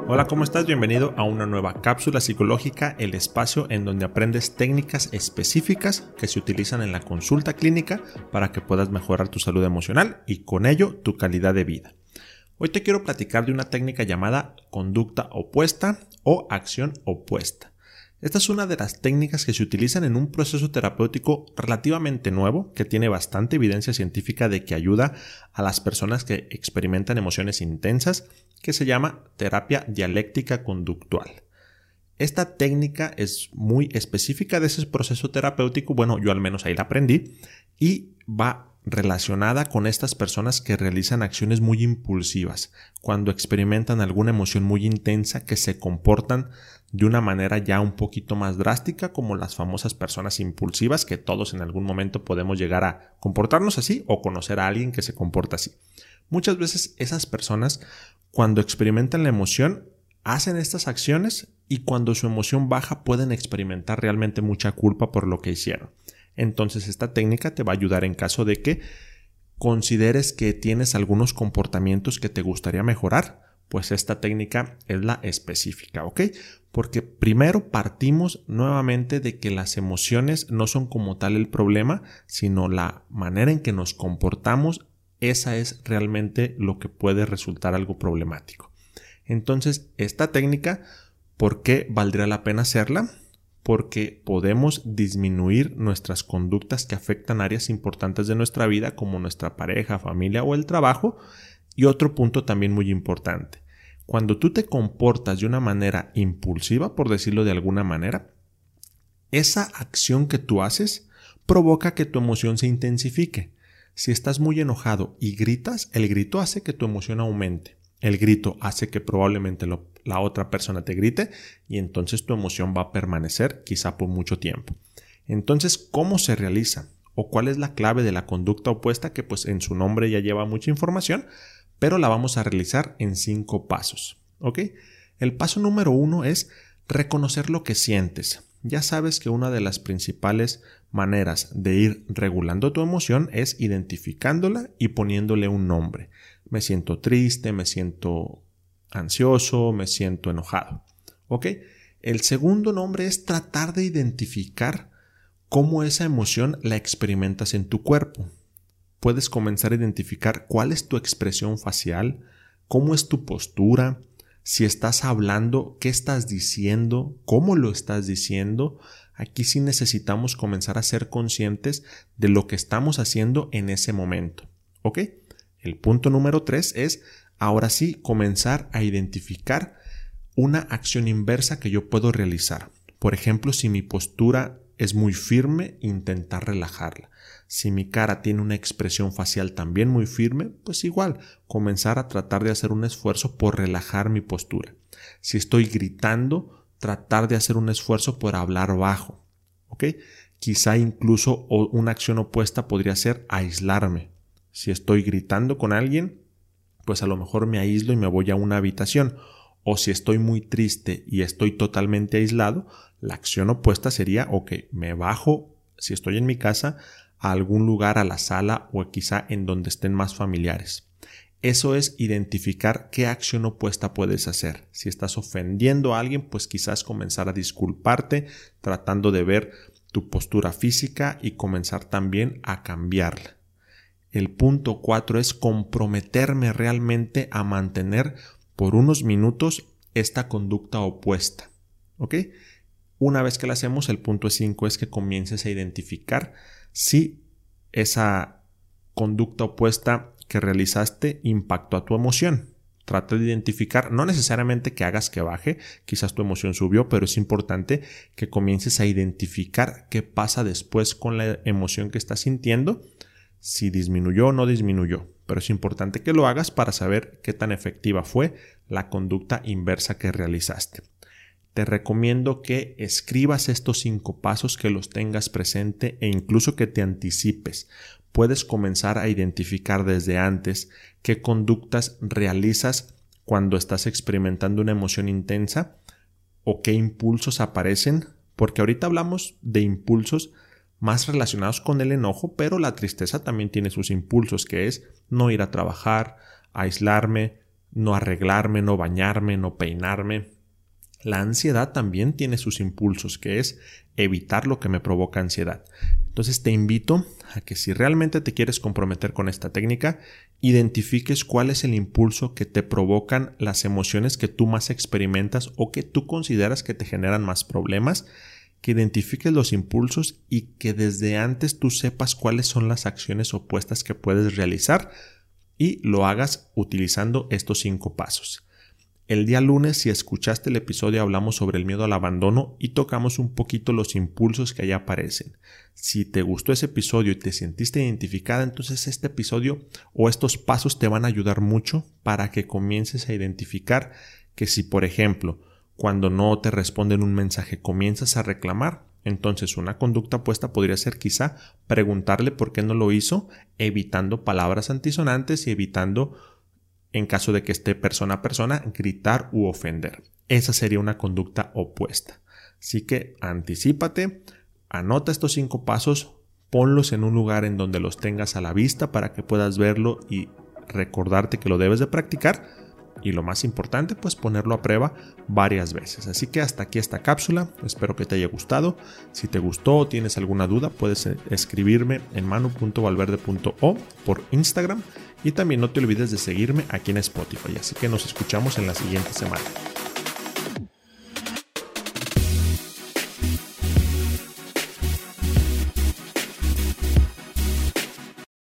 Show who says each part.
Speaker 1: Hola, ¿cómo estás? Bienvenido a una nueva cápsula psicológica, el espacio en donde aprendes técnicas específicas que se utilizan en la consulta clínica para que puedas mejorar tu salud emocional y con ello tu calidad de vida. Hoy te quiero platicar de una técnica llamada conducta opuesta o acción opuesta. Esta es una de las técnicas que se utilizan en un proceso terapéutico relativamente nuevo que tiene bastante evidencia científica de que ayuda a las personas que experimentan emociones intensas, que se llama terapia dialéctica conductual. Esta técnica es muy específica de ese proceso terapéutico, bueno, yo al menos ahí la aprendí, y va relacionada con estas personas que realizan acciones muy impulsivas, cuando experimentan alguna emoción muy intensa que se comportan de una manera ya un poquito más drástica, como las famosas personas impulsivas, que todos en algún momento podemos llegar a comportarnos así o conocer a alguien que se comporta así. Muchas veces esas personas, cuando experimentan la emoción, hacen estas acciones y cuando su emoción baja pueden experimentar realmente mucha culpa por lo que hicieron. Entonces esta técnica te va a ayudar en caso de que consideres que tienes algunos comportamientos que te gustaría mejorar, pues esta técnica es la específica, ¿ok? Porque primero partimos nuevamente de que las emociones no son como tal el problema, sino la manera en que nos comportamos, esa es realmente lo que puede resultar algo problemático. Entonces, esta técnica, ¿por qué valdría la pena hacerla? Porque podemos disminuir nuestras conductas que afectan áreas importantes de nuestra vida como nuestra pareja, familia o el trabajo. Y otro punto también muy importante, cuando tú te comportas de una manera impulsiva, por decirlo de alguna manera, esa acción que tú haces provoca que tu emoción se intensifique. Si estás muy enojado y gritas, el grito hace que tu emoción aumente. El grito hace que probablemente la otra persona te grite y entonces tu emoción va a permanecer quizá por mucho tiempo. Entonces, ¿cómo se realiza? ¿O cuál es la clave de la conducta opuesta? Que pues en su nombre ya lleva mucha información, pero la vamos a realizar en 5 pasos. ¿Ok? El paso número 1 es reconocer lo que sientes. Ya sabes que una de las principales maneras de ir regulando tu emoción es identificándola y poniéndole un nombre. Me siento triste, me siento ansioso, me siento enojado. ¿Ok? El segundo nombre es tratar de identificar cómo esa emoción la experimentas en tu cuerpo. Puedes comenzar a identificar cuál es tu expresión facial, cómo es tu postura, si estás hablando, qué estás diciendo, cómo lo estás diciendo. Aquí sí necesitamos comenzar a ser conscientes de lo que estamos haciendo en ese momento. ¿Ok? El punto número 3 es, ahora sí, comenzar a identificar una acción inversa que yo puedo realizar. Por ejemplo, si mi postura es muy firme, intentar relajarla. Si mi cara tiene una expresión facial también muy firme, pues igual, comenzar a tratar de hacer un esfuerzo por relajar mi postura. Si estoy gritando, tratar de hacer un esfuerzo por hablar bajo. ¿Ok? Quizá incluso una acción opuesta podría ser aislarme. Si estoy gritando con alguien, pues a lo mejor me aíslo y me voy a una habitación. O si estoy muy triste y estoy totalmente aislado, la acción opuesta sería, ok, me bajo, si estoy en mi casa, a algún lugar, a la sala o quizá en donde estén más familiares. Eso es identificar qué acción opuesta puedes hacer. Si estás ofendiendo a alguien, pues quizás comenzar a disculparte, tratando de ver tu postura física y comenzar también a cambiarla. El punto 4 es comprometerme realmente a mantener por unos minutos esta conducta opuesta. ¿Ok? Una vez que la hacemos, el punto 5 es que comiences a identificar si esa conducta opuesta que realizaste impactó a tu emoción. Trata de identificar, no necesariamente que hagas que baje, quizás tu emoción subió, pero es importante que comiences a identificar qué pasa después con la emoción que estás sintiendo, si disminuyó o no disminuyó. Pero es importante que lo hagas para saber qué tan efectiva fue la conducta inversa que realizaste. Te recomiendo que escribas estos 5 pasos, que los tengas presente e incluso que te anticipes. Puedes comenzar a identificar desde antes qué conductas realizas cuando estás experimentando una emoción intensa o qué impulsos aparecen, porque ahorita hablamos de impulsos más relacionados con el enojo, pero la tristeza también tiene sus impulsos, que es no ir a trabajar, aislarme, no arreglarme, no bañarme, no peinarme. La ansiedad también tiene sus impulsos, que es evitar lo que me provoca ansiedad. Entonces te invito a que si realmente te quieres comprometer con esta técnica, identifiques cuál es el impulso que te provocan las emociones que tú más experimentas o que tú consideras que te generan más problemas, que identifiques los impulsos y que desde antes tú sepas cuáles son las acciones opuestas que puedes realizar y lo hagas utilizando estos 5 pasos. El día lunes, si escuchaste el episodio, hablamos sobre el miedo al abandono y tocamos un poquito los impulsos que ahí aparecen. Si te gustó ese episodio y te sentiste identificada, entonces este episodio o estos pasos te van a ayudar mucho para que comiences a identificar que si, por ejemplo, cuando no te responden un mensaje comienzas a reclamar, entonces una conducta opuesta podría ser quizá preguntarle por qué no lo hizo, evitando palabras antisonantes y evitando, en caso de que esté persona a persona, gritar u ofender. Esa sería una conducta opuesta. Así que anticípate, anota estos 5 pasos, ponlos en un lugar en donde los tengas a la vista para que puedas verlo y recordarte que lo debes de practicar. Y lo más importante, pues ponerlo a prueba varias veces. Así que hasta aquí esta cápsula. Espero que te haya gustado. Si te gustó o tienes alguna duda, puedes escribirme en manu.valverde.o por Instagram. Y también no te olvides de seguirme aquí en Spotify. Así que nos escuchamos en la siguiente semana.